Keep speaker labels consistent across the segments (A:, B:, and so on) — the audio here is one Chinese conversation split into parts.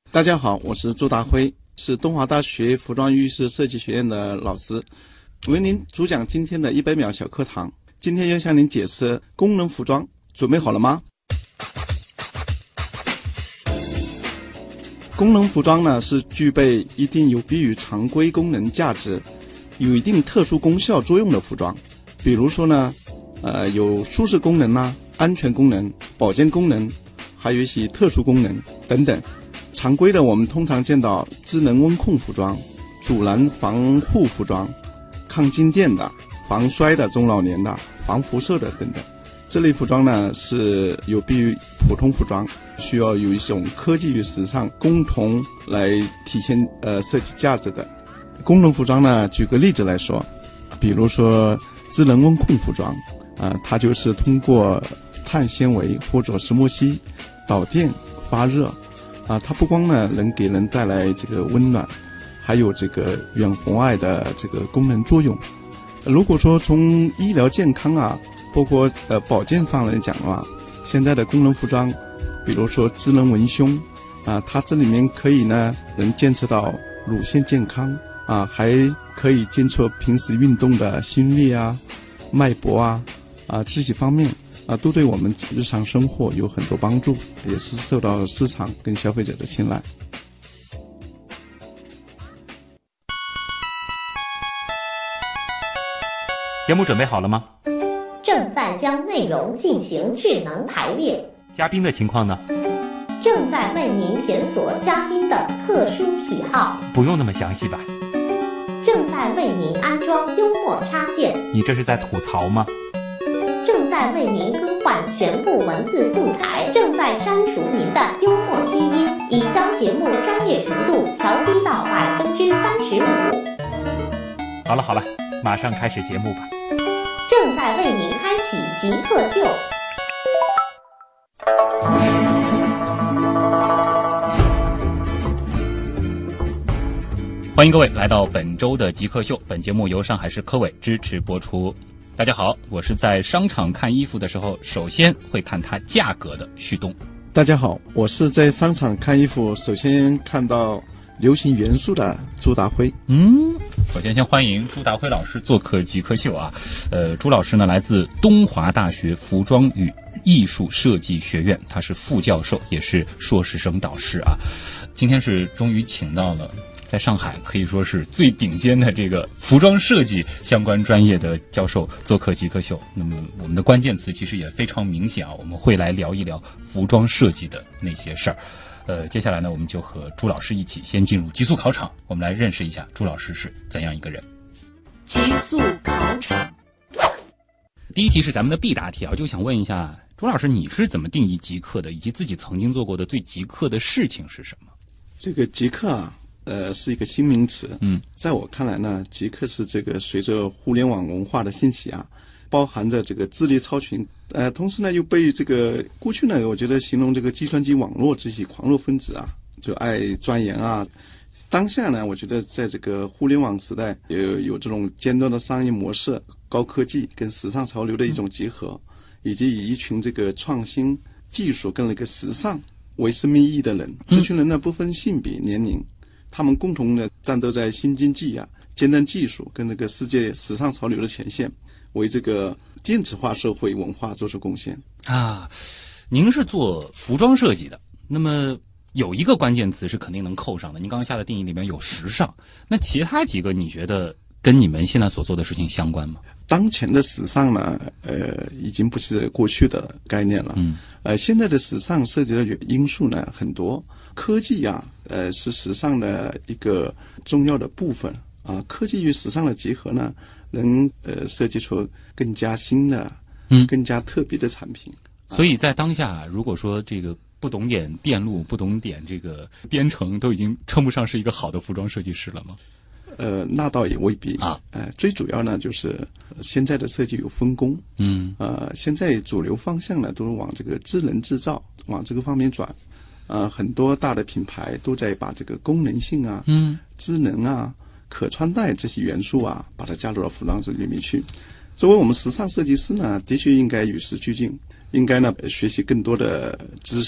A: 大家好，我是朱达辉，是东华大学服装浴室设计学院的老师，为您主讲今天的100秒小课堂。今天要向您解释功能服装，准备好了吗？功能服装呢，是具备一定有别于常规功能价值、有一定特殊功效作用的服装。比如说呢，有舒适功能啊、安全功能、保健功能，还有一些特殊功能等等。常规的我们通常见到智能温控服装、阻燃防护服装、抗静电的、防摔的、中老年的、防辐射的等等。这类服装呢是有别于普通服装，需要有一种科技与时尚共同来体现设计价值的。功能服装呢，举个例子来说，比如说智能温控服装它就是通过碳纤维或者石墨烯导电发热它不光呢能给人带来这个温暖，还有这个远红外的这个功能作用。如果说从医疗健康包括保健上来讲的话，现在的功能服装，比如说智能文胸它这里面可以呢能监测到乳腺健康还可以监测平时运动的心率脉搏这些方面都对我们日常生活有很多帮助，也是受到市场跟消费者的青睐。
B: 节目准备好了吗？
C: 正在将内容进行智能排列。
B: 嘉宾的情况呢？
C: 正在为您检索嘉宾的特殊喜好。
B: 不用那么详细吧？
C: 正在为您安装幽默插件。
B: 你这是在吐槽吗？
C: 正在为您更换全部文字素材，正在删除您的幽默基因，已将节目专业程度调低到35%。
B: 好了，马上开始节目吧。
C: 正在为您开启极客秀。
B: 欢迎各位来到本周的极客秀，本节目由上海市科委支持播出。大家好，我是在商场看衣服的时候首先会看它价格的旭东。
A: 大家好，我是在商场看衣服首先看到流行元素的朱达辉。
B: 首先欢迎朱达辉老师做客极客秀朱老师呢来自东华大学服装与艺术设计学院，他是副教授，也是硕士生导师今天是终于请到了在上海可以说是最顶尖的这个服装设计相关专业的教授做客极客秀。那么我们的关键词其实也非常明显我们会来聊一聊服装设计的那些事儿。接下来呢，我们就和朱老师一起先进入极速考场，我们来认识一下朱老师是怎样一个人。
D: 极速考场，
B: 第一题是咱们的必答题就想问一下朱老师，你是怎么定义极客的，以及自己曾经做过的最极客的事情是什么？
A: 这个极客是一个新名词。在我看来呢，极客是这个随着互联网文化的兴起包含着这个智力超群，同时呢又被这个过去呢，我觉得形容这个计算机网络这些狂热分子就爱钻研当下呢，我觉得在这个互联网时代，有这种尖端的商业模式、高科技跟时尚潮流的一种结合，以及以一群这个创新技术跟那个时尚为生命意义的人，这群人呢不分性别、年龄，他们共同的战斗在新经济尖端技术跟那个世界时尚潮流的前线，为这个电子化社会文化做出贡献
B: 您是做服装设计的，那么有一个关键词是肯定能扣上的，您刚刚下的定义里面有时尚，那其他几个你觉得跟你们现在所做的事情相关吗？
A: 当前的时尚呢已经不是过去的概念了。现在的时尚涉及的因素呢很多，科技是时尚的一个重要的部分科技与时尚的结合呢，能设计出更加新的更加特别的产品。
B: 所以在当下如果说这个不懂点电路，不懂点这个编程，都已经称不上是一个好的服装设计师了吗？
A: 那倒也未必最主要呢就是现在的设计有分工。现在主流方向呢都是往这个智能制造往这个方面转。很多大的品牌都在把这个功能性智能可穿戴这些元素把它加入到服装设计里面去。作为我们时尚设计师呢，的确应该与时俱进，应该呢学习更多的知识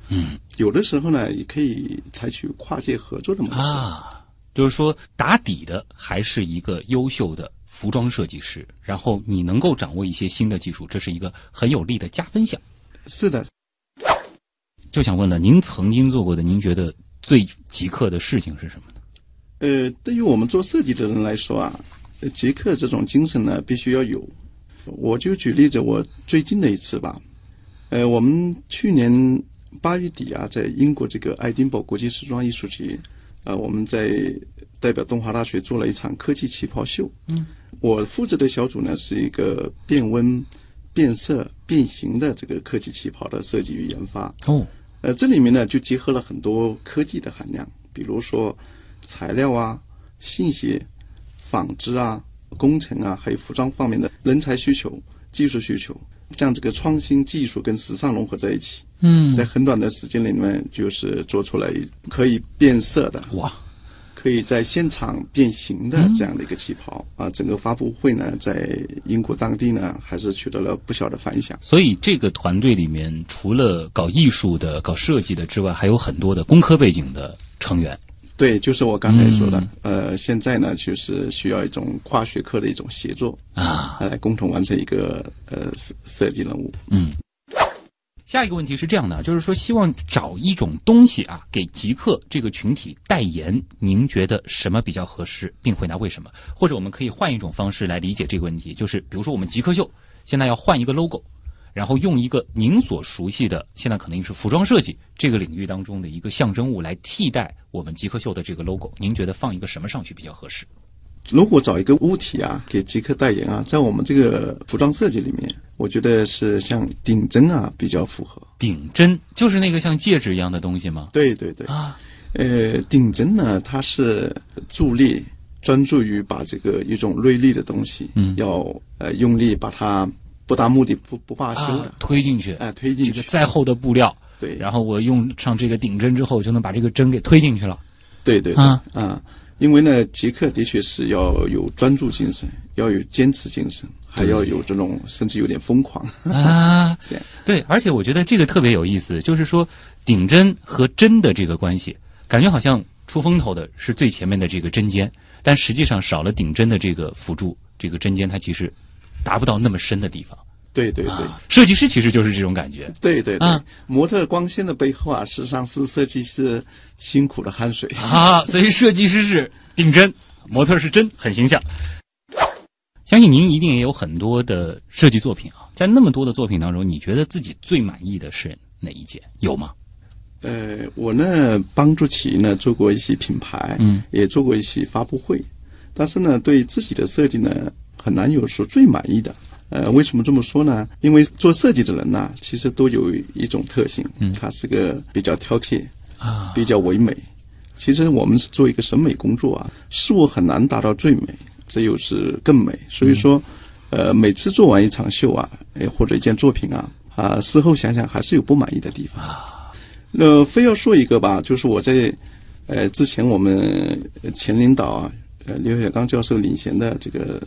A: 有的时候呢，也可以采取跨界合作的模式。
B: 就是说打底的还是一个优秀的服装设计师，然后你能够掌握一些新的技术，这是一个很有利的加分项。
A: 是的。
B: 就想问了，您曾经做过的，您觉得最极客的事情是什么呢？
A: 对于我们做设计的人来说啊，极客这种精神呢，必须要有。我就举例子，我最近的一次吧。我们去年8月底啊，在英国这个爱丁堡国际时装艺术节，我们在代表东华大学做了一场科技旗袍秀。我负责的小组呢，是一个变温、变色、变形的这个科技旗袍的设计与研发。这里面呢，就结合了很多科技的含量，比如说材料啊、信息、纺织啊、工程啊，还有服装方面的人才需求、技术需求，将这个创新技术跟时尚融合在一起。在很短的时间里面，就是做出来可以变色的，可以在现场变形的这样的一个旗袍。整个发布会呢，在英国当地呢，还是取得了不小的反响。
B: 所以这个团队里面，除了搞艺术的、搞设计的之外，还有很多的工科背景的成员。
A: 对，就是我刚才说的，现在呢，就是需要一种跨学科的一种协作来共同完成一个设计任务。
B: 下一个问题是这样的，就是说希望找一种东西啊，给极客这个群体代言，您觉得什么比较合适，并回答为什么？或者我们可以换一种方式来理解这个问题，就是比如说我们极客秀现在要换一个 logo， 然后用一个您所熟悉的，现在可能是服装设计这个领域当中的一个象征物来替代我们极客秀的这个 logo， 您觉得放一个什么上去比较合适？
A: 如果找一个物体啊给极客代言啊，在我们这个服装设计里面，我觉得是像顶针啊比较符合。
B: 顶针就是那个像戒指一样的东西吗？
A: 对顶针呢，它是助力，专注于把这个一种锐利的东西，要用力把它不达目的不罢休的
B: 推进去，
A: 推进去。
B: 这个再厚的布料，
A: 对，
B: 然后我用上这个顶针之后，就能把这个针给推进去了。
A: 对因为呢，极客的确是要有专注精神，要有坚持精神，还要有这种甚至有点疯狂
B: 对，而且我觉得这个特别有意思，就是说顶针和针的这个关系，感觉好像出风头的是最前面的这个针尖，但实际上少了顶针的这个辅助，这个针尖它其实达不到那么深的地方。
A: 对，
B: 设计师其实就是这种感觉。
A: 对，模特光鲜的背后啊，事实上是设计师辛苦的汗水
B: 所以设计师是顶针，模特是针，很形象。相信您一定也有很多的设计作品啊，在那么多的作品当中，你觉得自己最满意的是哪一件？有吗？
A: 我呢帮助企业呢做过一些品牌，也做过一些发布会，但是呢对自己的设计呢很难有说最满意的。为什么这么说呢？因为做设计的人呢，其实都有一种特性，他是个比较挑剔比较唯美。其实我们是做一个审美工作啊，事物很难达到最美，只有是更美。所以说，每次做完一场秀啊，或者一件作品啊，事后想想还是有不满意的地方。非要说一个吧，就是我在之前我们前领导啊。刘晓刚教授领衔的这个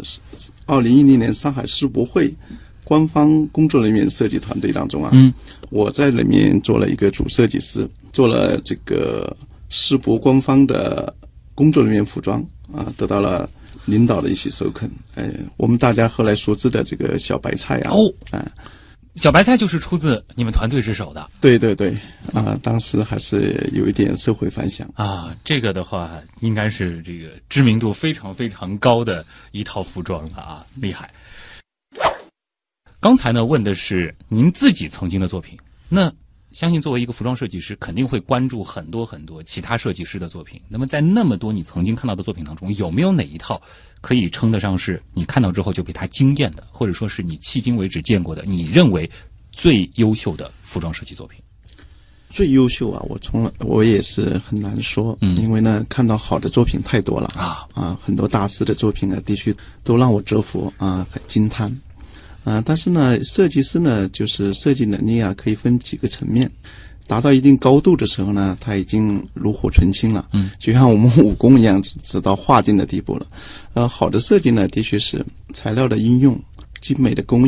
A: 2010年上海世博会官方工作人员设计团队当中啊，我在里面做了一个主设计师，做了这个世博官方的工作人员服装得到了领导的一些首肯。我们大家后来熟知的这个小白菜
B: 小白菜就是出自你们团队之手的。
A: 对当时还是有一点社会反响
B: 这个的话应该是这个知名度非常非常高的一套服装了厉害。刚才呢问的是您自己曾经的作品，那相信作为一个服装设计师，肯定会关注很多很多其他设计师的作品。那么在那么多你曾经看到的作品当中，有没有哪一套可以称得上是你看到之后就被他惊艳的，或者说是你迄今为止见过的你认为最优秀的服装设计作品？
A: 最优秀啊，我也是很难说，因为呢看到好的作品太多了很多大师的作品的确都让我折服很惊叹但是呢设计师呢就是设计能力可以分几个层面，达到一定高度的时候呢，他已经炉火纯青了就像我们武功一样，直到化境的地步了。好的设计呢的确是材料的应用、精美的工艺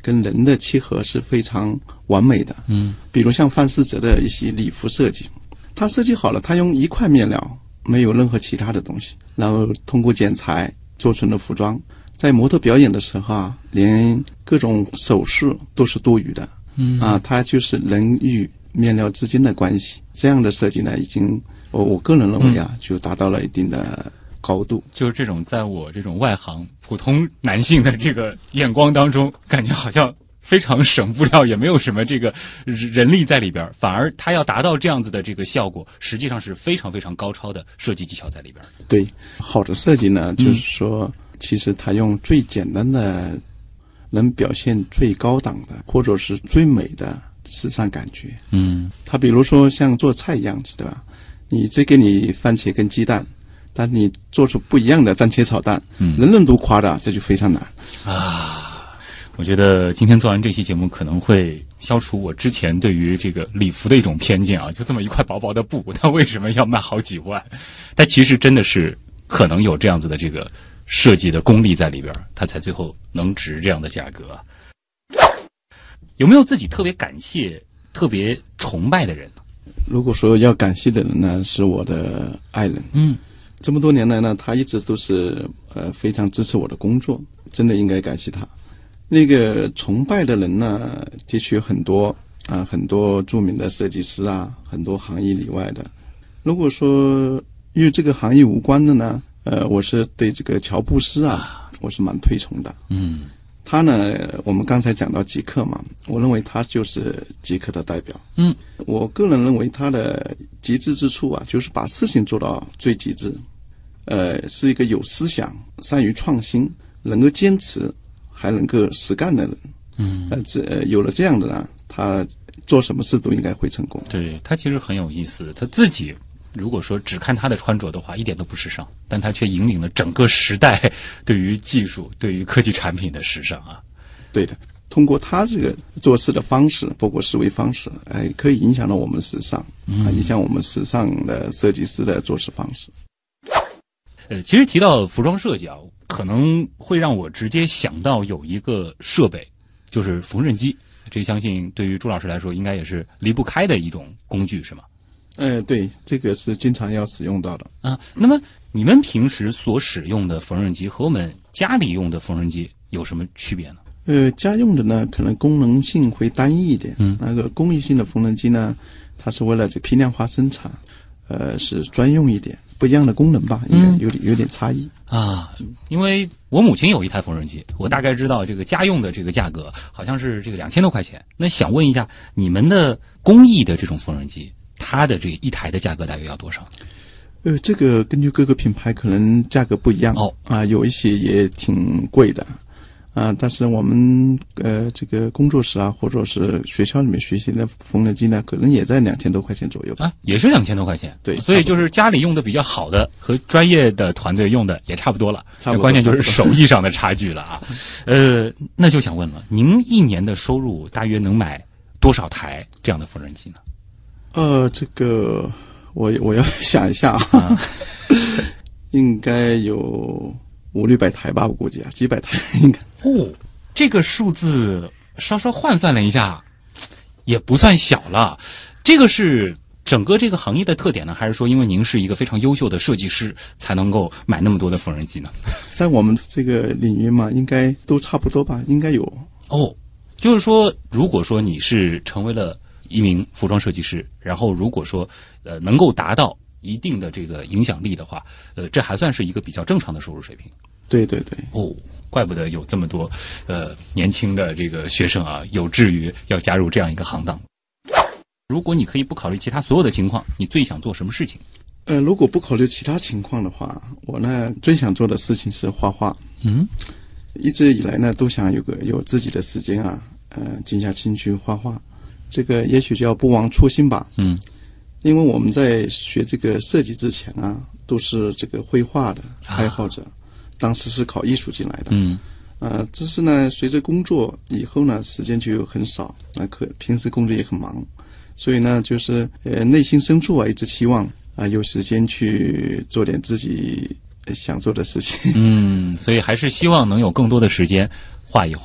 A: 跟人的契合是非常完美的。比如像范思哲的一些礼服设计，他设计好了，他用一块面料，没有任何其他的东西，然后通过剪裁做成了服装。在模特表演的时候啊，连各种手势都是多余的。它就是人与面料之间的关系。这样的设计呢，已经我个人认为啊，就达到了一定的高度。
B: 就是这种在我这种外行普通男性的这个眼光当中，感觉好像非常省布料，也没有什么这个人力在里边，反而它要达到这样子的这个效果，实际上是非常非常高超的设计技巧在里边。
A: 对，好的设计呢，就是说其实它用最简单的能表现最高档的或者是最美的时尚感觉。它比如说像做菜一样子，对吧？你只给你番茄跟鸡蛋，但你做出不一样的番茄炒蛋，人人都夸的，这就非常难
B: 啊。我觉得今天做完这期节目，可能会消除我之前对于这个礼服的一种偏见啊，就这么一块薄薄的布，它为什么要卖好几万？它其实真的是可能有这样子的这个设计的功力在里边，它才最后能值这样的价格。有没有自己特别感谢、特别崇拜的人呢？
A: 如果说要感谢的人呢，是我的爱人。这么多年来呢，他一直都是非常支持我的工作，真的应该感谢他。那个崇拜的人呢，的确有很多很多著名的设计师啊，很多行业里外的。如果说与这个行业无关的呢，我是对这个乔布斯啊，我是蛮推崇的。他呢，我们刚才讲到极客嘛，我认为他就是极客的代表。我个人认为他的极致之处啊，就是把事情做到最极致。是一个有思想、善于创新、能够坚持，还能够实干的人。有了这样的呢，他做什么事都应该会成功。
B: 对，他其实很有意思，他自己如果说只看他的穿着的话，一点都不时尚，但他却引领了整个时代对于技术、对于科技产品的时尚啊。
A: 对的，通过他这个做事的方式，包括思维方式，可以影响到我们时尚，影响我们时尚的设计师的做事方式。
B: 其实提到服装设计啊，可能会让我直接想到有一个设备，就是缝纫机。这相信对于朱老师来说，应该也是离不开的一种工具，是吗？
A: 对，这个是经常要使用到的
B: 啊。那么你们平时所使用的缝纫机和我们家里用的缝纫机有什么区别呢？
A: 家用的呢，可能功能性会单一一点。那个工艺性的缝纫机呢，它是为了这批量化生产，是专用一点。不一样的功能吧，应该有点差异
B: 啊。因为我母亲有一台缝纫机，我大概知道这个家用的这个价格好像是这个2000多块钱。那想问一下，你们的工艺的这种缝纫机，它的这一台的价格大约要多少？
A: 这个根据各个品牌可能价格不一样有一些也挺贵的但是我们这个工作室啊，或者是学校里面学习的缝纫机呢，可能也在2000多块钱左右吧。
B: 也是2000多块钱。
A: 对，
B: 所以就是家里用的比较好的和专业的团队用的也差不多了，关键就是手艺上的差距了啊。那就想问了，您一年的收入大约能买多少台这样的缝纫机呢？
A: 这个我要想一下啊，应该有500-600台吧，我估计几百台应该。
B: 这个数字稍稍换算了一下，也不算小了。这个是整个这个行业的特点呢，还是说因为您是一个非常优秀的设计师，才能够买那么多的缝纫机呢？
A: 在我们这个领域嘛，应该都差不多吧，应该有。
B: 就是说，如果说你是成为了一名服装设计师，然后如果说能够达到一定的这个影响力的话，这还算是一个比较正常的收入水平。
A: 对。
B: 怪不得有这么多年轻的这个学生啊，有志于要加入这样一个行当。如果你可以不考虑其他所有的情况，你最想做什么事情？
A: 如果不考虑其他情况的话，我呢最想做的事情是画画。一直以来呢都想有自己的时间啊，静下心去画画。这个也许叫不忘初心吧。因为我们在学这个设计之前啊，都是这个绘画的爱好者。当时是考艺术进来的，只是呢，随着工作以后呢，时间就很少，平时工作也很忙，所以呢，就是内心深处啊，一直期望有时间去做点自己想做的事情。
B: 所以还是希望能有更多的时间画一画。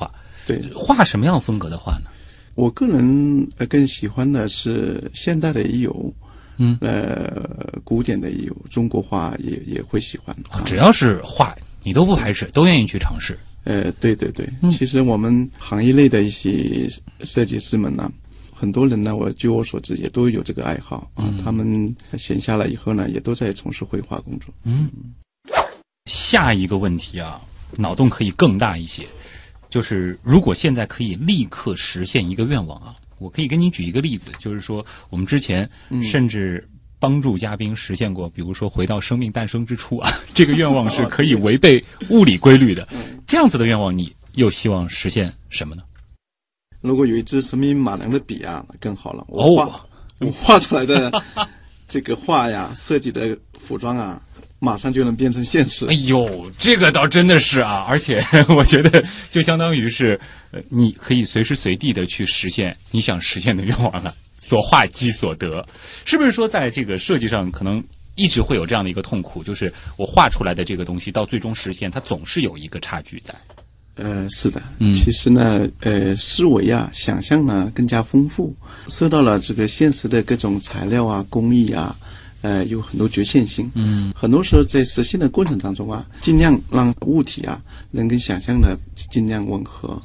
A: 对，
B: 画什么样风格的画呢？
A: 我个人更喜欢的是现代的也有，古典的也有，中国画也会喜欢。
B: 只要是画，你都不排斥，都愿意去尝试。
A: 对对对，其实我们行业内的一些设计师们呢，很多人呢，据我所知也都有这个爱好啊。他们闲下来以后呢，也都在从事绘画工作。
B: 下一个问题啊，脑洞可以更大一些，就是如果现在可以立刻实现一个愿望啊，我可以给你举一个例子，就是说我们之前甚至帮助嘉宾实现过，比如说回到生命诞生之初啊，这个愿望是可以违背物理规律的。这样子的愿望，你又希望实现什么呢？
A: 如果有一支神笔马良的笔啊，更好了。我画出来的这个画呀，设计的服装啊，马上就能变成现实。
B: 哎呦，这个倒真的是啊，而且我觉得就相当于是，你可以随时随地的去实现你想实现的愿望了。所画即所得，是不是说在这个设计上可能一直会有这样的一个痛苦，就是我画出来的这个东西到最终实现，它总是有一个差距在。
A: 是的，其实呢，思维啊、想象呢更加丰富，受到了这个现实的各种材料啊、工艺啊，有很多局限性。很多时候在实现的过程当中啊，尽量让物体啊能跟想象的尽量吻合。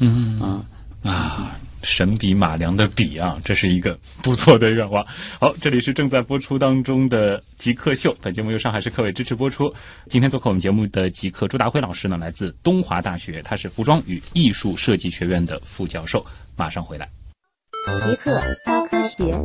B: 神笔马良的笔啊，这是一个不错的愿望。好，这里是正在播出当中的极客秀，本节目由上海市科委支持播出。今天做客我们节目的极客朱达辉老师呢，来自东华大学，他是服装与艺术设计学院的副教授。马上回来。
C: 极客高科学，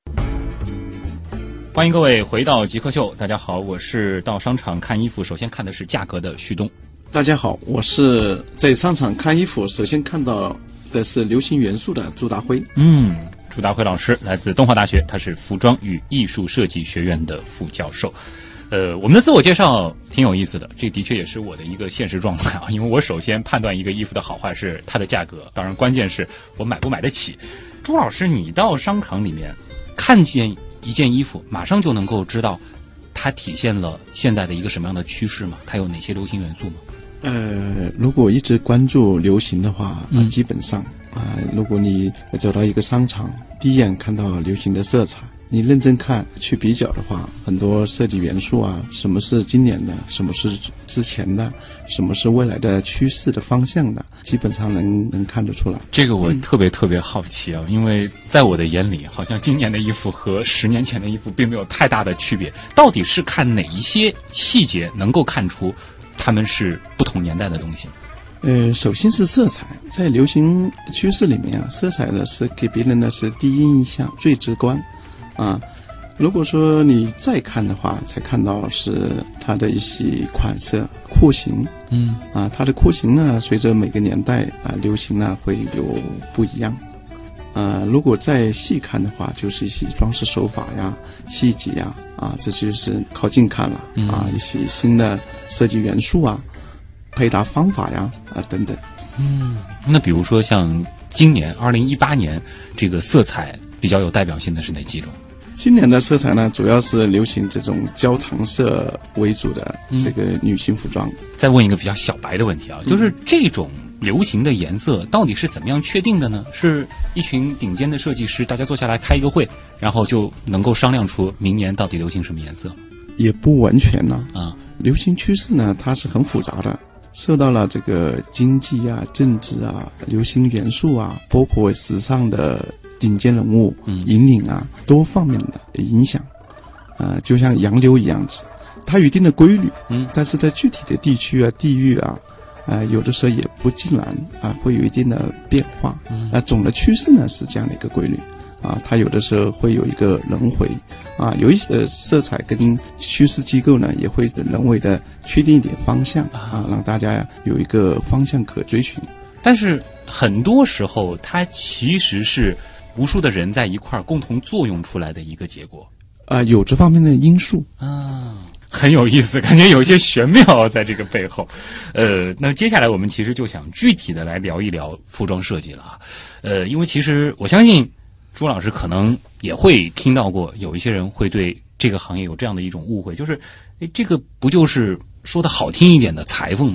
B: 欢迎各位回到极客秀。大家好，我是到商场看衣服首先看的是价格的旭东。
A: 大家好，我是在商场看衣服首先看到的是流行元素的朱达辉。
B: 朱达辉老师来自东华大学，他是服装与艺术设计学院的副教授。我们的自我介绍挺有意思的，这的确也是我的一个现实状态啊。因为我首先判断一个衣服的好坏是它的价格，当然关键是我买不买得起。朱老师，你到商场里面看见一件衣服，马上就能够知道它体现了现在的一个什么样的趋势吗？它有哪些流行元素吗？
A: 如果一直关注流行的话，基本上如果你走到一个商场，第一眼看到流行的色彩，你认真看去比较的话，很多设计元素啊，什么是今年的，什么是之前的，什么是未来的趋势的方向的，基本上能看得出来。
B: 这个我特别好奇啊，因为在我的眼里，好像今年的衣服和10年前的衣服并没有太大的区别。到底是看哪一些细节能够看出它们是不同年代的东西？
A: 首先是色彩，在流行趋势里面啊，色彩呢是给别人的是第一印象最直观啊。如果说你再看的话，才看到是它的一些款式、廓形，它的廓形呢，随着每个年代啊流行呢会有不一样。如果再细看的话，就是一些装饰手法呀、细节呀，这就是靠近看了一些新的设计元素啊、配搭方法呀等等。
B: 那比如说像今年2018年这个色彩比较有代表性的是哪几种？
A: 今年的色彩呢，主要是流行这种焦糖色为主的这个女性服装。
B: 再问一个比较小白的问题啊，就是这种流行的颜色到底是怎么样确定的呢？是一群顶尖的设计师大家坐下来开一个会，然后就能够商量出明年到底流行什么颜色？
A: 也不完全呢。流行趋势呢，它是很复杂的，受到了这个经济啊、政治啊、流行元素啊，包括时尚的顶尖人物引领啊，多方面的影响。就像洋流一样子，它有一定的规律，但是在具体的地区啊、地域啊，有的时候也不尽然会有一定的变化。总的趋势呢是这样的一个规律它有的时候会有一个轮回有一些色彩跟趋势机构呢也会人为的确定一点方向让大家有一个方向可追寻。
B: 但是很多时候它其实是无数的人在一块儿共同作用出来的一个结果
A: 有这方面的因素
B: 很有意思，感觉有一些玄妙在这个背后。那接下来我们其实就想具体的来聊一聊服装设计了因为其实我相信朱老师可能也会听到过有一些人会对这个行业有这样的一种误会，就是这个不就是说的好听一点的裁缝吗？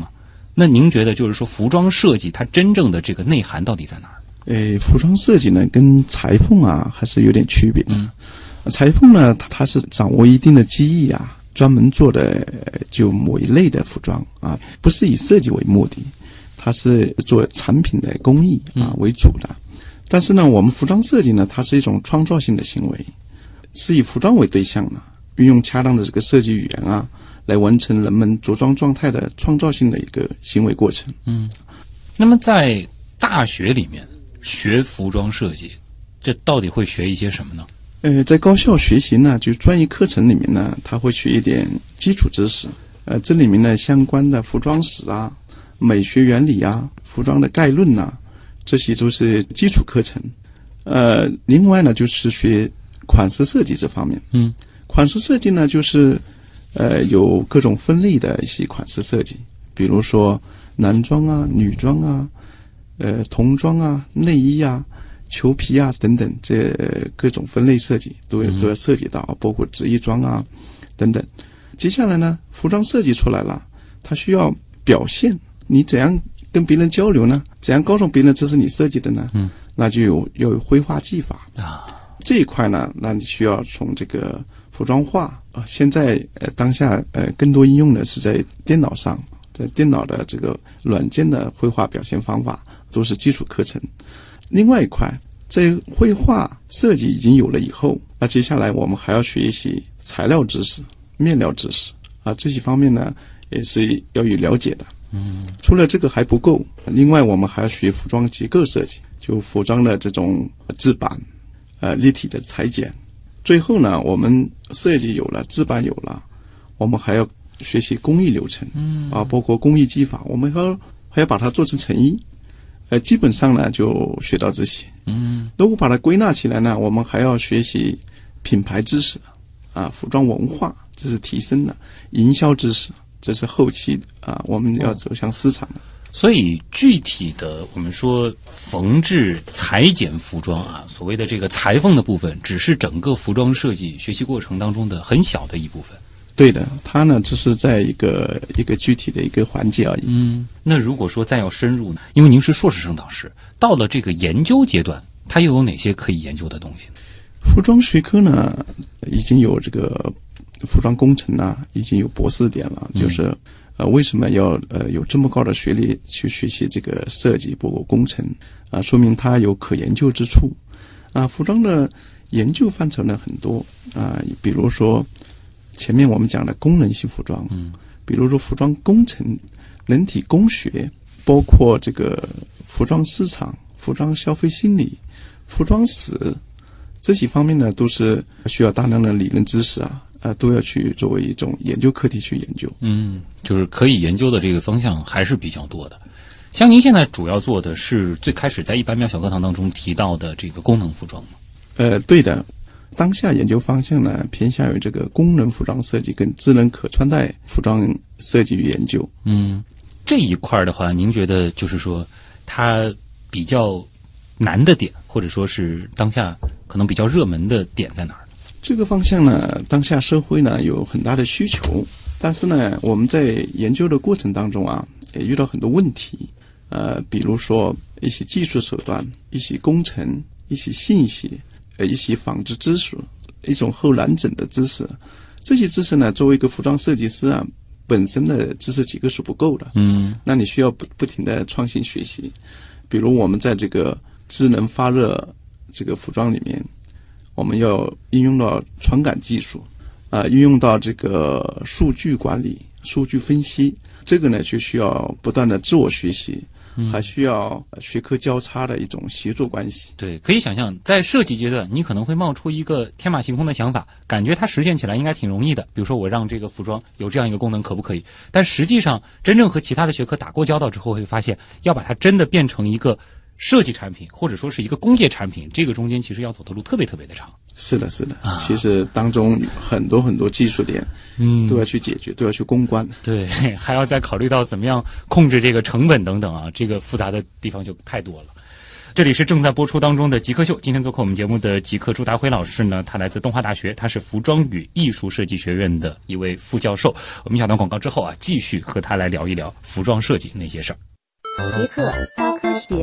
B: 那您觉得就是说服装设计它真正的这个内涵到底在哪儿？
A: 服装设计呢跟裁缝啊还是有点区别的。裁缝呢它是掌握一定的技艺啊，专门做的就某一类的服装啊，不是以设计为目的，它是做产品的工艺啊为主的。但是呢，我们服装设计呢，它是一种创造性的行为，是以服装为对象的，运用恰当的这个设计语言啊，来完成人们着装状态的创造性的一个行为过程。
B: 那么在大学里面学服装设计，这到底会学一些什么呢？
A: 在高校学习呢，就专业课程里面呢，他会学一点基础知识。这里面呢，相关的服装史啊、美学原理啊、服装的概论啊，这些都是基础课程。另外呢，就是学款式设计这方面。款式设计呢，就是有各种分类的一些款式设计，比如说男装啊、女装啊、童装啊、内衣啊、裘皮啊等等，这各种分类设计都要涉及到，包括职业装啊等等。接下来呢，服装设计出来了，它需要表现，你怎样跟别人交流呢？怎样告诉别人这是你设计的呢？那就要有绘画技法啊。这一块呢，那你需要从这个服装画现在当下更多应用的是在电脑上，在电脑的这个软件的绘画表现方法都是基础课程。另外一块，在绘画设计已经有了以后，那接下来我们还要学习材料知识、面料知识啊，这些方面呢也是要有了解的。除了这个还不够，另外我们还要学服装结构设计，就服装的这种制版、立体的裁剪。最后呢，我们设计有了，制版有了，我们还要学习工艺流程，包括工艺技法，我们还要把它做成成衣。基本上呢就学到这些。如果把它归纳起来呢，我们还要学习品牌知识啊，服装文化，这是提升的；营销知识，这是后期啊，我们要走向市场的。
B: 所以具体的我们说缝制裁剪服装啊，所谓的这个裁缝的部分，只是整个服装设计学习过程当中的很小的一部分。
A: 对的，它呢只是在一个具体的一个环节而已。
B: 那如果说再要深入呢，因为您是硕士生导师，到了这个研究阶段，它又有哪些可以研究的东西呢？
A: 服装学科呢已经有这个服装工程啊，已经有博士点了，就是为什么要有这么高的学历去学习这个设计包括工程啊，说明它有可研究之处啊。服装的研究范畴呢很多啊，比如说前面我们讲的功能性服装，比如说服装工程、人体工学，包括这个服装市场、服装消费心理、服装史，这些方面呢都是需要大量的理论知识啊，都要去作为一种研究课题去研究。
B: 就是可以研究的这个方向还是比较多的。像您现在主要做的是最开始在一般妙小课堂当中提到的这个功能服装吗？
A: 对的。当下研究方向呢偏向于这个功能服装设计跟智能可穿戴服装设计与研究。
B: 这一块的话，您觉得就是说它比较难的点，或者说是当下可能比较热门的点在哪儿？
A: 这个方向呢，当下社会呢有很大的需求，但是呢我们在研究的过程当中啊，也遇到很多问题。比如说一些技术手段、一些工程、一些信息、一些纺织知识、一种后染整的知识，这些知识呢，作为一个服装设计师啊，本身的知识结构是不够的。那你需要不停的创新学习。比如我们在这个智能发热这个服装里面，我们要应用到传感技术运用到这个数据管理、数据分析，这个呢就需要不断的自我学习。还需要学科交叉的一种协作关系。
B: 对，可以想象在设计阶段你可能会冒出一个天马行空的想法，感觉它实现起来应该挺容易的，比如说我让这个服装有这样一个功能可不可以，但实际上真正和其他的学科打过交道之后，会发现要把它真的变成一个设计产品或者说是一个工业产品，这个中间其实要走的路特别特别的长。
A: 是的其实当中很多技术点都要去解决，都要去攻关。
B: 对，还要再考虑到怎么样控制这个成本等等啊，这个复杂的地方就太多了。 这里是正在播出当中的极客秀，今天做客我们节目的极客朱达辉老师呢，他来自东华大学，他是服装与艺术设计学院的一位副教授。我们小段广告之后啊，继续和他来聊一聊服装设计那些事儿。
C: 极客高科学。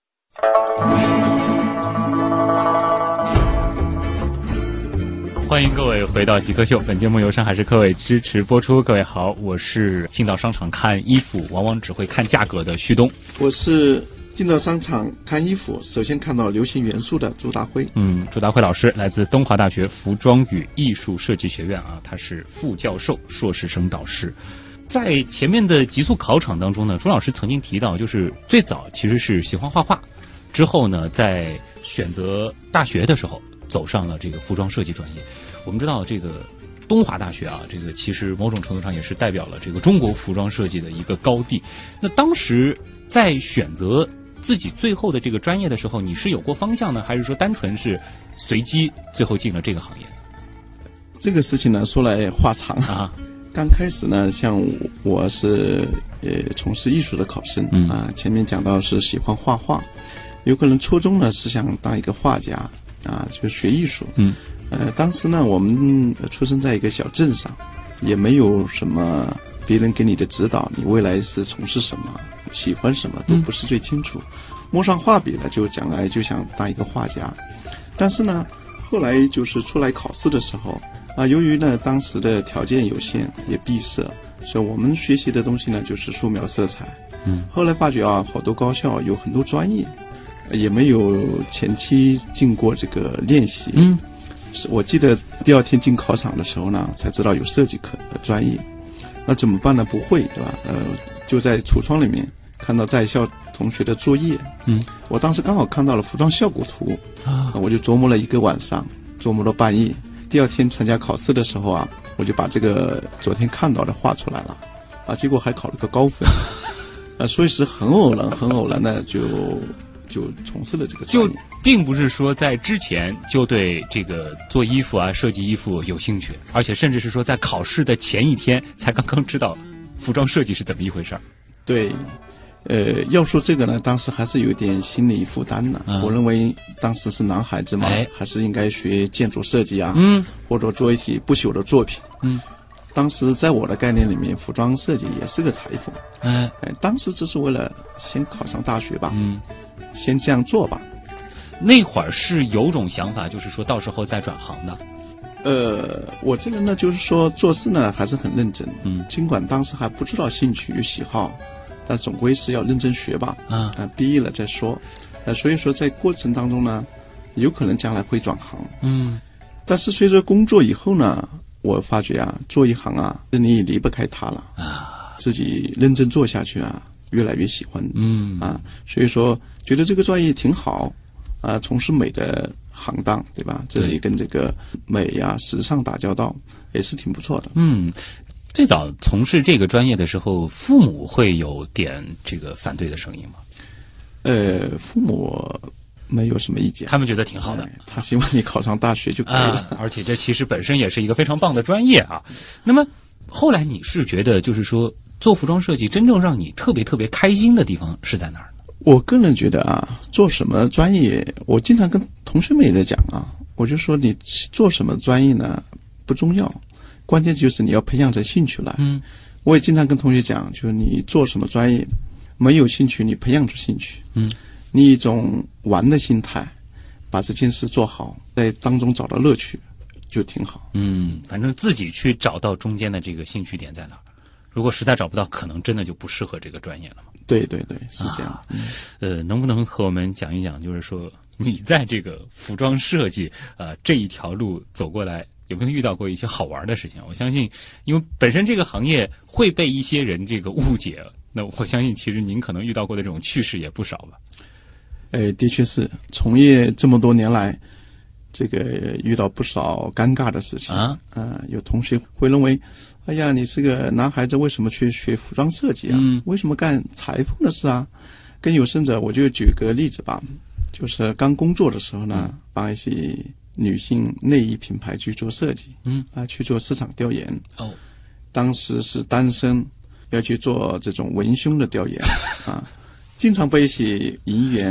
B: 欢迎各位回到极客秀，本节目由上海市科委支持播出。各位好，我是进到商场看衣服往往只会看价格的旭东。
A: 我是进到商场看衣服首先看到流行元素的朱达辉。
B: 朱达辉老师来自东华大学服装与艺术设计学院啊，他是副教授、硕士生导师。在前面的极速考场当中呢，朱老师曾经提到，就是最早其实是喜欢画画，之后呢，在选择大学的时候走上了这个服装设计专业。我们知道这个东华大学啊，这个其实某种程度上也是代表了这个中国服装设计的一个高地。那当时在选择自己最后的这个专业的时候，你是有过方向呢，还是说单纯是随机最后进了这个行业？
A: 这个事情呢，说来话长啊。刚开始呢，像我是从事艺术的考生啊，前面讲到是喜欢画画，有可能初中呢是想当一个画家啊，就学艺术。当时呢，我们出生在一个小镇上，也没有什么别人给你的指导，你未来是从事什么，喜欢什么都不是最清楚。摸上画笔了，就将来就想当一个画家。但是呢，后来就是出来考试的时候啊，由于呢当时的条件有限，也闭塞，所以我们学习的东西呢就是素描色彩。后来发觉啊，好多高校有很多专业，也没有前期经过这个练习。我记得第二天进考场的时候呢，才知道有设计课的专业。那怎么办呢？不会，对吧？就在橱窗里面看到在校同学的作业。我当时刚好看到了服装效果图啊，我就琢磨了一个晚上，琢磨到半夜。第二天参加考试的时候啊，我就把这个昨天看到的画出来了啊，结果还考了个高分。所以是很偶然的就从事了这个专业。就
B: 并不是说在之前就对这个做衣服啊、设计衣服有兴趣，而且甚至是说在考试的前一天才刚刚知道服装设计是怎么一回事儿。
A: 对，要说这个呢，当时还是有点心理负担的。我认为当时是男孩子嘛，还是应该学建筑设计啊，或者做一些不朽的作品。当时在我的概念里面，服装设计也是个裁缝。当时只是为了先考上大学吧，先这样做吧。
B: 那会儿是有种想法，就是说到时候再转行的。
A: 我这个呢，就是说做事呢还是很认真。尽管当时还不知道兴趣与喜好，但总归是要认真学吧。毕业了再说。所以说在过程当中呢，有可能将来会转行。但是随着工作以后呢，我发觉啊，做一行啊，你也离不开它了啊。自己认真做下去啊，越来越喜欢。所以说觉得这个专业挺好啊，从事美的行当，对吧？这里跟这个美呀、时尚打交道，也是挺不错的。
B: 最早从事这个专业的时候，父母会有点这个反对的声音吗？
A: 父母没有什么意见，
B: 他们觉得挺好的。
A: 他希望你考上大学就可以了。
B: 而且这其实本身也是一个非常棒的专业啊。那么后来你是觉得，就是说做服装设计真正让你特别特别开心的地方是在哪儿呢？
A: 我个人觉得啊，做什么专业，我经常跟同学们也在讲啊，我就说你做什么专业呢不重要，关键就是你要培养成兴趣来。我也经常跟同学讲，就是你做什么专业，没有兴趣你培养出兴趣。你一种玩的心态，把这件事做好，在当中找到乐趣，就挺好。
B: 反正自己去找到中间的这个兴趣点在哪儿。如果实在找不到，可能真的就不适合这个专业了嘛。
A: 对，是这样。
B: 能不能和我们讲一讲，就是说你在这个服装设计这一条路走过来，有没有遇到过一些好玩的事情？我相信，因为本身这个行业会被一些人这个误解，那我相信其实您可能遇到过的这种趣事也不少吧。
A: 的确是，从业这么多年来，这个遇到不少尴尬的事情有同学会认为，哎呀，你是个男孩子，为什么去学服装设计啊？为什么干裁缝的事啊？更有甚者，我就举个例子吧，就是刚工作的时候呢，帮一些女性内衣品牌去做设计，去做市场调研。当时是单身，要去做这种文胸的调研经常被一些营员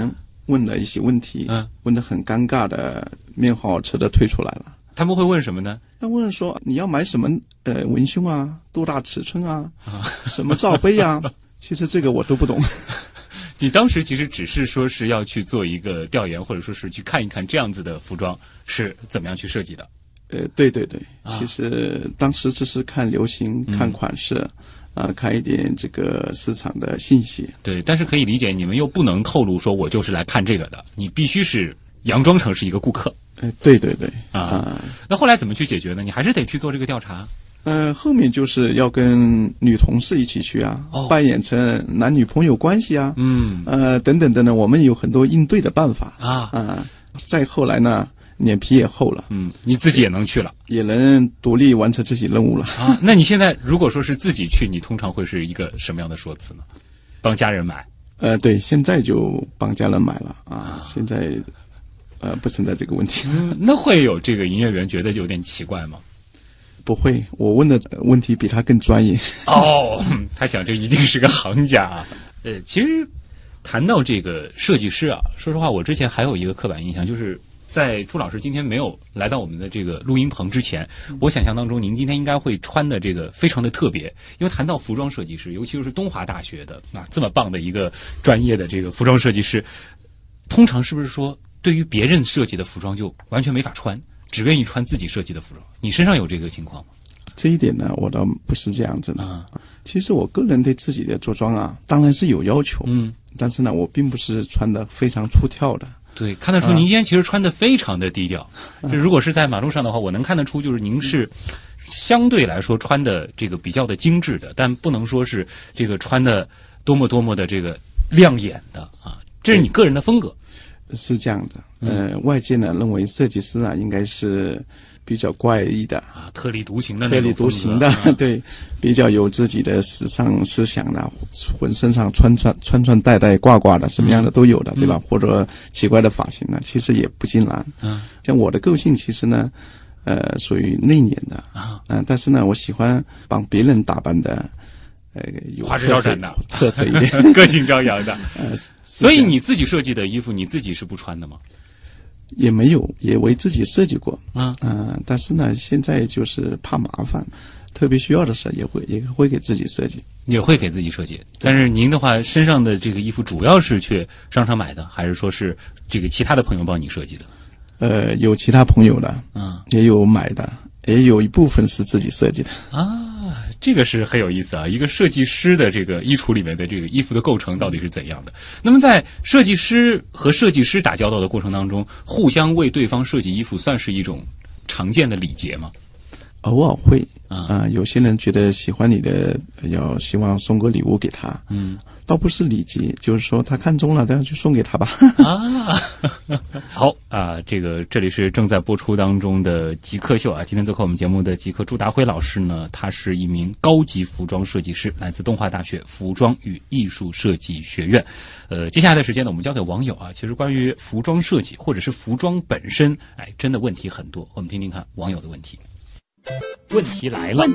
A: 问了一些问题，问得很尴尬的，面红耳赤的退出来了。
B: 他们会问什么呢？
A: 他问说你要买什么文胸啊，多大尺寸啊，什么罩杯啊？其实这个我都不懂。
B: 你当时其实只是说是要去做一个调研，或者说是去看一看这样子的服装是怎么样去设计的。
A: 对对对，其实当时只是看流行，看款式。看一点这个市场的信息。
B: 对，但是可以理解，你们又不能透露说我就是来看这个的，你必须是佯装成是一个顾客。
A: 对对对。
B: 那后来怎么去解决呢？你还是得去做这个调查。
A: 后面就是要跟女同事一起去啊，扮演成男女朋友关系啊，等等等等，我们有很多应对的办法再后来呢，脸皮也厚了，
B: 你自己也能去了，
A: 也能独立完成这些任务了
B: 啊。那你现在如果说是自己去，你通常会是一个什么样的说辞呢？帮家人买？
A: 对，现在就帮家人买了啊。现在不存在这个问题。
B: 那会有这个营业员觉得有点奇怪吗？
A: 不会，我问的问题比他更专业。
B: 他想这一定是个行家啊。其实谈到这个设计师啊，说实话，我之前还有一个刻板印象，就是在朱老师今天没有来到我们的这个录音棚之前，我想象当中您今天应该会穿的这个非常的特别，因为谈到服装设计师，尤其是东华大学的这么棒的一个专业的这个服装设计师，通常是不是说对于别人设计的服装就完全没法穿，只愿意穿自己设计的服装？你身上有这个情况吗？
A: 这一点呢，我倒不是这样子的。其实我个人对自己的着装啊，当然是有要求，但是呢，我并不是穿的非常出挑的。
B: 对，看得出您今天其实穿的非常的低调。这如果是在马路上的话，我能看得出，就是您是相对来说穿的这个比较的精致的，但不能说是这个穿的多么多么的这个亮眼的啊。这是你个人的风格。
A: 是这样的。外界呢认为设计师啊应该是比较怪异的
B: 啊，特立独行的
A: 那种，特立独行的，对，比较有自己的时尚思想的，浑身上穿戴戴挂挂的，什么样的都有的，对吧？或者奇怪的发型呢，其实也不尽然。像我的个性其实呢，属于内敛的但是呢，我喜欢帮别人打扮的，有
B: 花枝招展的，
A: 特色一点，
B: 个性张扬的。所以你自己设计的衣服，你自己是不穿的吗？
A: 也没有，也为自己设计过。但是呢，现在就是怕麻烦，特别需要的时候也会给自己设计。
B: 也会给自己设计。但是您的话，身上的这个衣服主要是去商场买的，还是说是这个其他的朋友帮你设计的？
A: 有其他朋友的，也有买的，也有一部分是自己设计的
B: 这个是很有意思啊！一个设计师的这个衣橱里面的这个衣服的构成到底是怎样的？那么在设计师和设计师打交道的过程当中，互相为对方设计衣服，算是一种常见的礼节吗？
A: 偶尔会有些人觉得喜欢你的，希望送个礼物给他，倒不是礼节，就是说他看中了，但是就送给他吧。
B: 好这里是正在播出当中的极客秀啊。今天做客我们节目的极客朱达辉老师呢，他是一名高级服装设计师，来自东华大学服装与艺术设计学院。接下来的时间呢，我们交给网友啊。其实关于服装设计或者是服装本身，真的问题很多。我们听听看网友的问题。问题来了，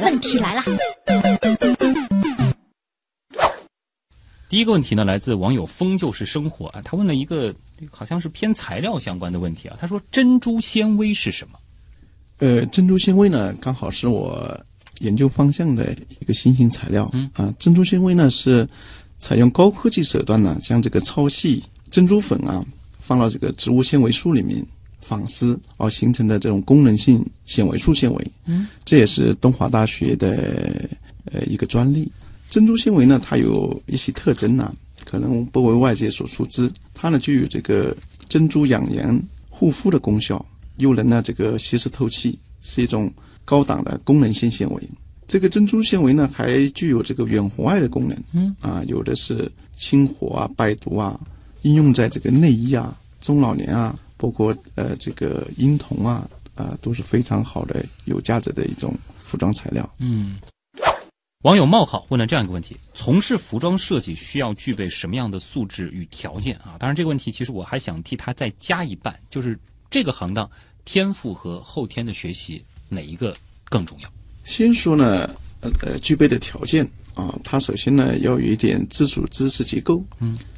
B: 第一个问题呢，来自网友风就是生活啊，他问了一个好像是偏材料相关的问题啊。他说珍珠纤维是什么？
A: 珍珠纤维呢，刚好是我研究方向的一个新型材料。珍珠纤维呢是采用高科技手段呢，将这个超细珍珠粉放到这个植物纤维素里面纺丝而形成的这种功能性纤维素纤维。这也是东华大学的一个专利。珍珠纤维呢，它有一些特征可能不为外界所熟知。它呢就有这个珍珠养颜护肤的功效，又能呢这个吸湿透气，是一种高档的功能性纤维。这个珍珠纤维呢还具有这个远红外的功能。有的是清火败毒应用在这个内衣中老年包括这个婴童都是非常好的有价值的一种服装材料。
B: 网友冒号问了这样一个问题：从事服装设计需要具备什么样的素质与条件当然这个问题其实我还想替他再加一半，就是这个行当天赋和后天的学习哪一个更重要？
A: 先说呢具备的条件它首先呢要有一点基础知识结构。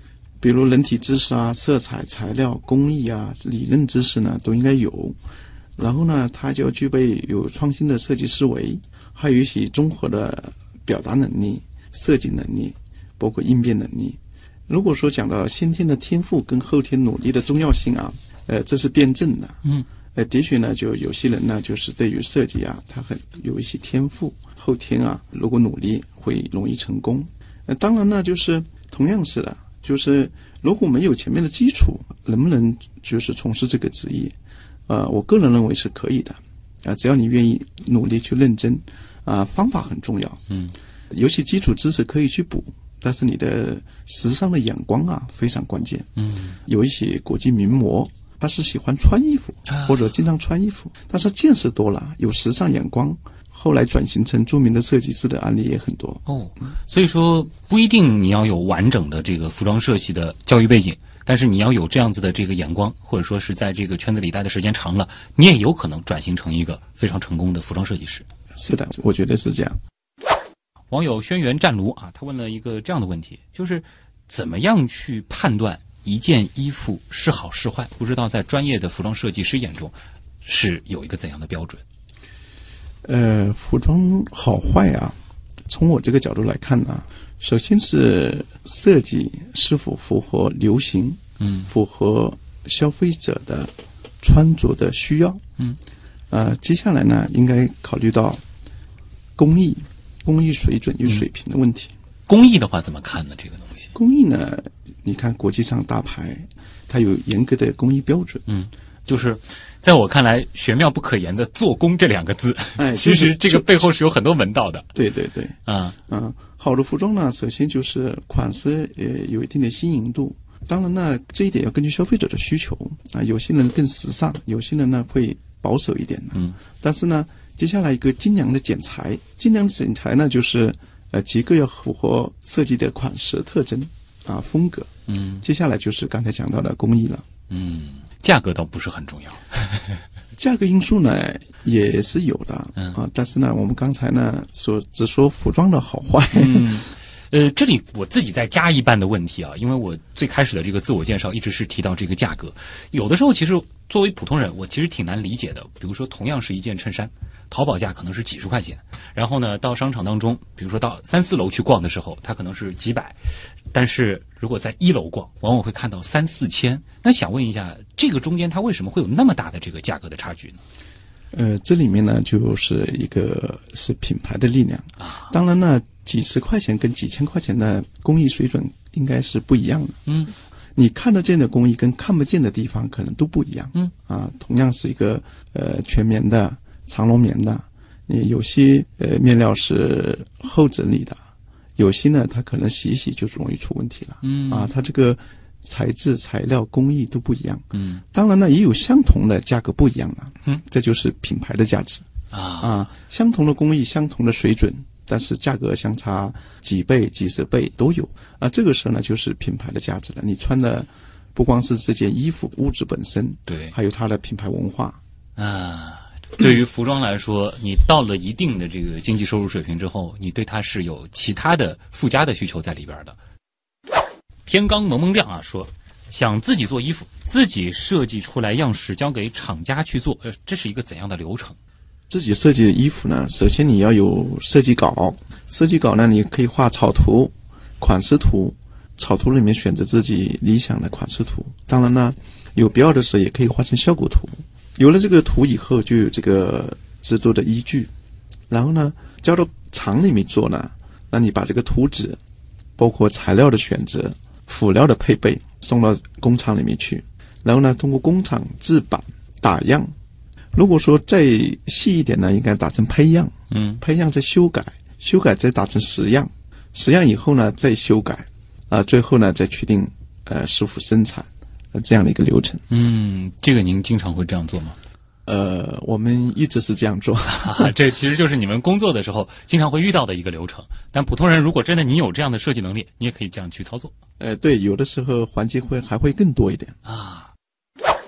A: 比如人体知识啊、色彩、材料、工艺啊、理论知识呢都应该有。然后呢，他就要具备有创新的设计思维，还有一些综合的表达能力、设计能力，包括应变能力。如果说讲到先天的天赋跟后天努力的重要性啊，这是辩证的。的确呢，就有些人呢，就是对于设计啊，他很有一些天赋，后天啊，如果努力会容易成功。当然呢，就是同样是的，就是如果没有前面的基础，能不能就是从事这个职业？我个人认为是可以的，只要你愿意努力去认真，方法很重要。尤其基础知识可以去补，但是你的时尚的眼光啊非常关键。有一些国际名模，他是喜欢穿衣服，或者经常穿衣服，但是见识多了，有时尚眼光，后来转型成著名的设计师的案例也很多。
B: 所以说不一定你要有完整的这个服装设计的教育背景，但是你要有这样子的这个眼光，或者说是在这个圈子里待的时间长了，你也有可能转型成一个非常成功的服装设计师。
A: 是的，我觉得是这样。
B: 网友轩辕战卢啊，他问了一个这样的问题，就是怎么样去判断一件衣服是好是坏？不知道在专业的服装设计师眼中是有一个怎样的标准？
A: 服装好坏啊，从我这个角度来看呢，首先是设计是否符合流行，符合消费者的穿着的需要，接下来呢，应该考虑到工艺水准与水平的问题。
B: 工艺的话怎么看呢？这个东西，
A: 工艺呢，你看国际上大牌，它有严格的工艺标准。
B: 就是在我看来，玄妙不可言的做工这两个字，其实这个背后是有很多门道的。
A: 对，好的服装呢，首先就是款式有一定的新颖度。当然呢，这一点要根据消费者的需求啊，有些人更时尚，有些人呢会保守一点的。但是呢，接下来一个精良的剪裁，精良的剪裁呢，就是几个要符合设计的款式特征啊风格。接下来就是刚才讲到的工艺了。
B: 价格倒不是很重要。
A: 价格因素呢也是有的但是呢，我们刚才呢只说服装的好坏。
B: 这里我自己再加一半的问题啊，因为我最开始的这个自我介绍一直是提到这个价格，有的时候其实作为普通人，我其实挺难理解的。比如说，同样是一件衬衫，淘宝价可能是几十块钱，然后呢，到商场当中，比如说到3、4楼去逛的时候，它可能是几百，但是如果在1楼逛，往往会看到3、4千。那想问一下，这个中间它为什么会有那么大的这个价格的差距呢？
A: 这里面呢，就是一个是品牌的力量当然呢，几十块钱跟几千块钱的工艺水准应该是不一样的。你看得见的工艺跟看不见的地方可能都不一样。同样是一个全棉的、长绒棉的，你有些面料是后整理的，有些呢它可能洗一洗就容易出问题了。它这个材质、材料、工艺都不一样。当然呢，也有相同的价格不一样了。这就是品牌的价值相同的工艺、相同的水准，但是价格相差几倍、几十倍都有这个时候呢，就是品牌的价值了。你穿的不光是这件衣服物质本身，对，还有它的品牌文化
B: 对于服装来说，你到了一定的这个经济收入水平之后，你对它是有其他的附加的需求在里边的。天罡蒙蒙亮啊，说想自己做衣服，自己设计出来样式交给厂家去做，这是一个怎样的流程？
A: 自己设计的衣服呢，首先你要有设计稿，设计稿呢，你可以画草图、款式图，草图里面选择自己理想的款式图。当然呢，有必要的时候也可以画成效果图。有了这个图以后，就有这个制作的依据。然后呢，交到厂里面做呢，那你把这个图纸，包括材料的选择、辅料的配备，送到工厂里面去。然后呢，通过工厂制版、打样。如果说再细一点呢，应该打成胚样，胚样再修改，修改再打成实样，实样以后呢再修改，最后呢再确定师傅生产，这样的一个流程。
B: 这个您经常会这样做吗？
A: 我们一直是这样做
B: 这其实就是你们工作的时候经常会遇到的一个流程。但普通人如果真的你有这样的设计能力，你也可以这样去操作。
A: 对，有的时候环节还会更多一点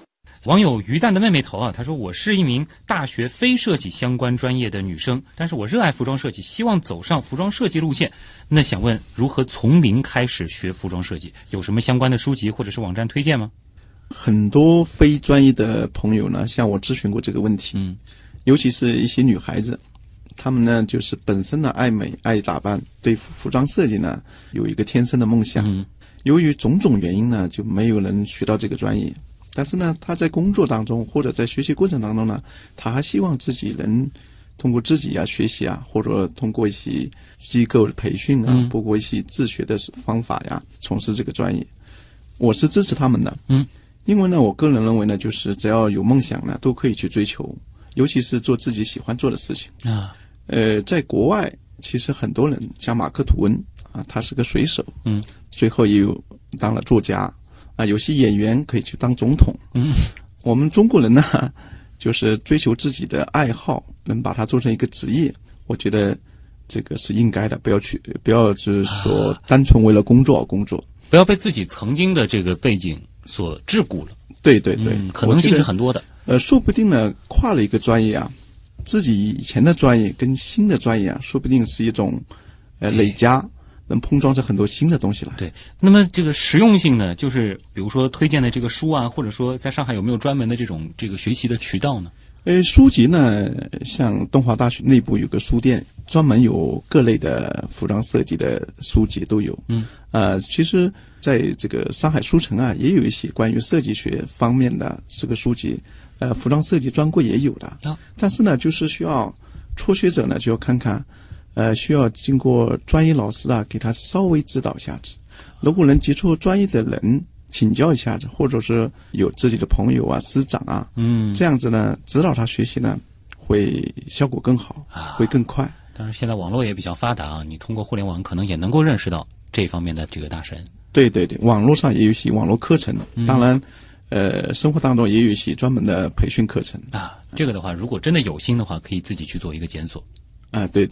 B: 网友鱼蛋的妹妹头啊，她说我是一名大学非设计相关专业的女生，但是我热爱服装设计，希望走上服装设计路线。那想问如何从零开始学服装设计？有什么相关的书籍或者是网站推荐吗？
A: 很多非专业的朋友呢，向我咨询过这个问题。尤其是一些女孩子，她们呢就是本身呢爱美爱打扮，对服装设计呢有一个天生的梦想。由于种种原因呢，就没有人学到这个专业。但是呢，他在工作当中或者在学习过程当中呢，他还希望自己能通过自己学习或者通过一些机构的培训包括一些自学的方法从事这个专业。我是支持他们的。因为呢，我个人认为呢，就是只要有梦想呢，都可以去追求，尤其是做自己喜欢做的事情啊。在国外，其实很多人像马克·吐温他是个水手，最后也有当了作家。有些演员可以去当总统。我们中国人呢，就是追求自己的爱好，能把它做成一个职业，我觉得这个是应该的，不要就是说单纯为了工作，
B: 不要被自己曾经的这个背景所桎梏了。对，可能性是很多的。
A: 说不定呢，跨了一个专业自己以前的专业跟新的专业说不定是一种累加。能碰撞出很多新的东西来。
B: 对，那么这个实用性呢，就是比如说推荐的这个书或者说在上海有没有专门的这个学习的渠道呢？
A: 书籍呢，像东华大学内部有个书店，专门有各类的服装设计的书籍都有。其实在这个上海书城也有一些关于设计学方面的这个书籍，服装设计专柜也有的。但是呢，就是需要初学者呢就要看看。需要经过专业老师给他稍微指导一下子。如果能接触专业的人请教一下子，或者是有自己的朋友师长这样子呢，指导他学习呢，会效果更好，会更快。
B: 当然，现在网络也比较发达你通过互联网可能也能够认识到这方面的这个大神。
A: 对，网络上也有一些网络课程。当然，生活当中也有一些专门的培训课程
B: 这个的话，如果真的有心的话，可以自己去做一个检索。
A: 对。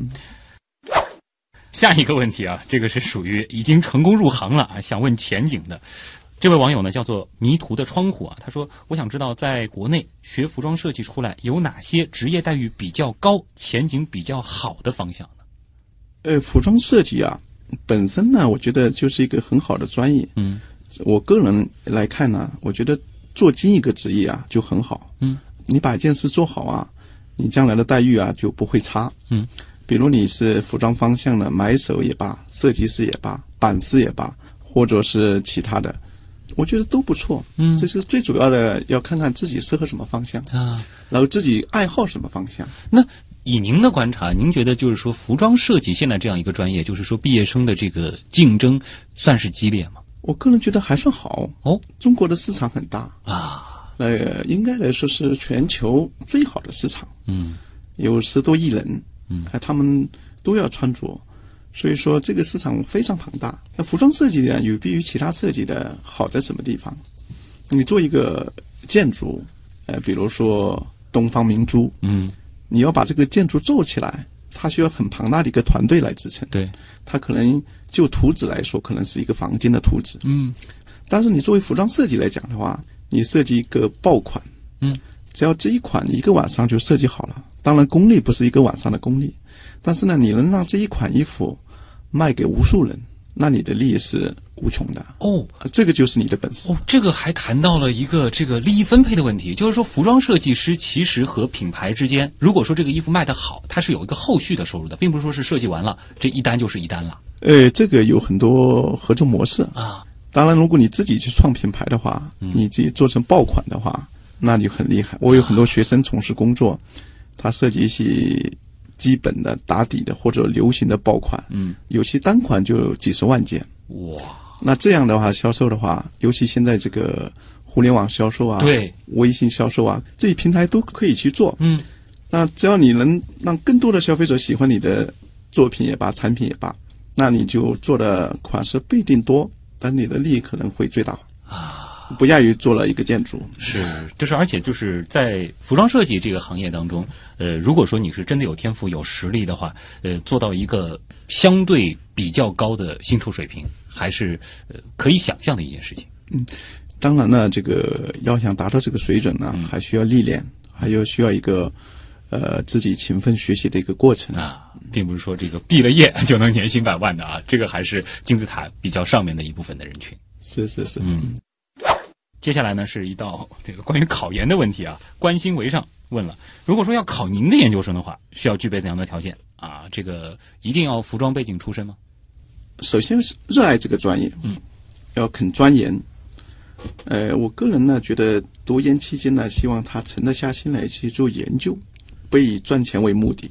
B: 下一个问题这个是属于已经成功入行了想问前景的。这位网友呢叫做迷途的窗户他说我想知道在国内学服装设计出来有哪些职业待遇比较高、前景比较好的方向呢？
A: 服装设计本身呢，我觉得就是一个很好的专业。我个人来看呢，我觉得做精一个职业就很好。你把一件事做好你将来的待遇就不会差。比如你是服装方向的买手也罢，设计师也罢，版师也罢，或者是其他的，我觉得都不错。这是最主要的，要看看自己适合什么方向然后自己爱好什么方向。
B: 那以您的观察，您觉得就是说服装设计现在这样一个专业，就是说毕业生的这个竞争算是激烈吗？
A: 我个人觉得还算好。中国的市场很大应该来说是全球最好的市场。有10多亿人，他们都要穿着，所以说这个市场非常庞大。那服装设计呢，有别于其他设计的好在什么地方？你做一个建筑，比如说东方明珠，你要把这个建筑做起来，它需要很庞大的一个团队来支撑。
B: 对，
A: 它可能就图纸来说，可能是一个房间的图纸。但是你作为服装设计来讲的话，你设计一个爆款，只要这一款一个晚上就设计好了。当然功力不是一个晚上的功力，但是呢，你能让这一款衣服卖给无数人，那你的利益是无穷的。这个就是你的本事。
B: 这个还谈到了一个这个利益分配的问题，就是说服装设计师其实和品牌之间，如果说这个衣服卖得好，它是有一个后续的收入的，并不是说是设计完了这一单就是一单了。
A: 这个有很多合作模式当然，如果你自己去创品牌的话，你自己做成爆款的话，那就很厉害。我有很多学生从事工作，他设计一些基本的打底的或者流行的爆款，有些单款就有几十万件。那这样的话销售的话，尤其现在这个互联网销售
B: 对，
A: 微信销售这些平台都可以去做。那只要你能让更多的消费者喜欢你的作品也罢，产品也罢，那你就做的款式不一定多，但你的利益可能会最大不亚于做了一个建筑。
B: 而且就是在服装设计这个行业当中，如果说你是真的有天赋有实力的话，做到一个相对比较高的薪酬水平，还是可以想象的一件事情。
A: 当然呢，这个要想达到这个水准呢，还需要历练，还需要一个自己勤奋学习的一个过程
B: 啊，并不是说这个毕了业就能年薪百万的啊，这个还是金字塔比较上面的一部分的人群。
A: 是，
B: 接下来呢是一道这个关于考研的问题啊，关心为上问了，如果说要考您的研究生的话，需要具备怎样的条件啊？这个一定要服装背景出身吗？
A: 首先是热爱这个专业，要肯钻研。我个人呢觉得读研期间呢，希望他沉得下心来去做研究，不以赚钱为目的。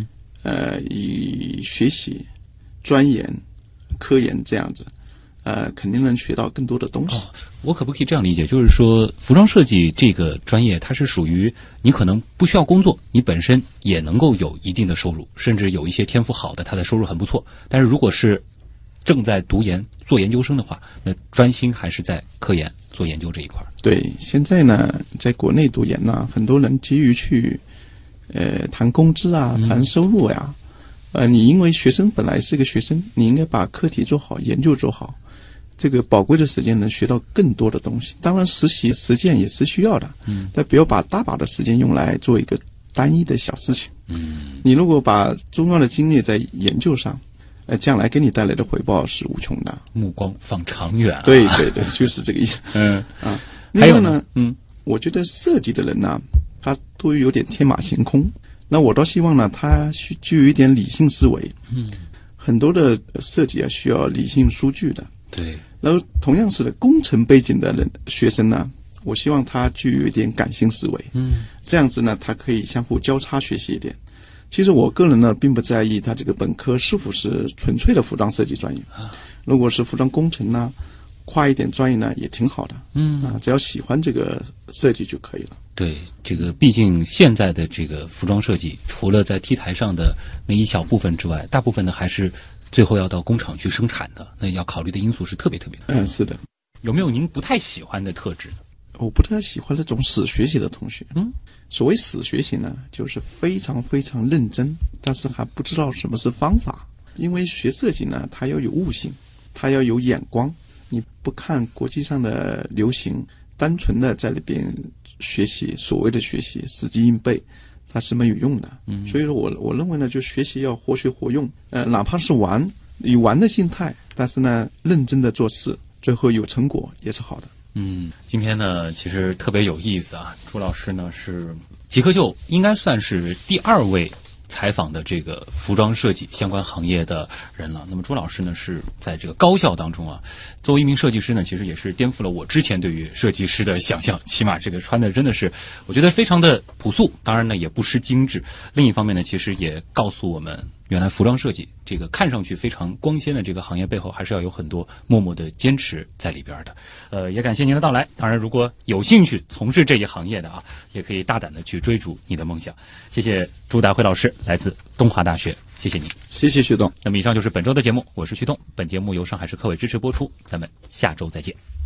A: 以学习、钻研、科研这样子，肯定能学到更多的东西。
B: 我可不可以这样理解，就是说服装设计这个专业，它是属于你可能不需要工作，你本身也能够有一定的收入，甚至有一些天赋好的，他的收入很不错。但是如果是正在读研做研究生的话，那专心还是在科研做研究这一块。
A: 对，现在呢，在国内读研呢，很多人急于去谈工资啊，谈收入呀。你因为学生本来是个学生，你应该把课题做好，研究做好，这个宝贵的时间能学到更多的东西。当然，实习实践也是需要的，但不要把大把的时间用来做一个单一的小事情。你如果把重要的精力在研究上，将来给你带来的回报是无穷的。
B: 目光放长远啊。
A: 对，就是这个意思。另外呢，我觉得设计的人呢，他都有点天马行空。那我倒希望呢，他具有一点理性思维。很多的设计啊，需要理性数据的。
B: 对。
A: 然后同样是的，工程背景的学生呢，我希望他具有一点感性思维。这样子呢，他可以相互交叉学习一点。其实我个人呢，并不在意他这个本科是否是纯粹的服装设计专业。如果是服装工程呢，跨一点专业呢，也挺好的。只要喜欢这个设计就可以了。
B: 对，这个毕竟现在的这个服装设计，除了在 T 台上的那一小部分之外，大部分呢还是最后要到工厂去生产的。那要考虑的因素是特别的。
A: 是的。
B: 有没有您不太喜欢的特质？
A: 我不太喜欢那种死学习的同学。所谓死学习呢，就是非常非常认真，但是还不知道什么是方法。因为学设计呢，它要有悟性，它要有眼光。你不看国际上的流行，单纯的在那边学习，所谓的学习死记硬背，它是没有用的。所以说我认为呢，就学习要活学活用。哪怕是玩，以玩的心态，但是呢，认真的做事，最后有成果也是好的。
B: 今天呢，其实特别有意思啊。朱老师呢是极客秀应该算是第2位采访的这个服装设计相关行业的人了。那么朱老师呢是在这个高校当中啊，作为一名设计师呢，其实也是颠覆了我之前对于设计师的想象。起码这个穿的真的是，我觉得非常的朴素，当然呢也不失精致。另一方面呢，其实也告诉我们，原来服装设计这个看上去非常光鲜的这个行业背后，还是要有很多默默的坚持在里边的。也感谢您的到来。当然，如果有兴趣从事这一行业的啊，也可以大胆的去追逐你的梦想。谢谢朱达辉老师，来自东华大学，谢谢您。
A: 谢谢徐东。
B: 那么以上就是本周的节目，我是徐东。本节目由上海市科委支持播出，咱们下周再见。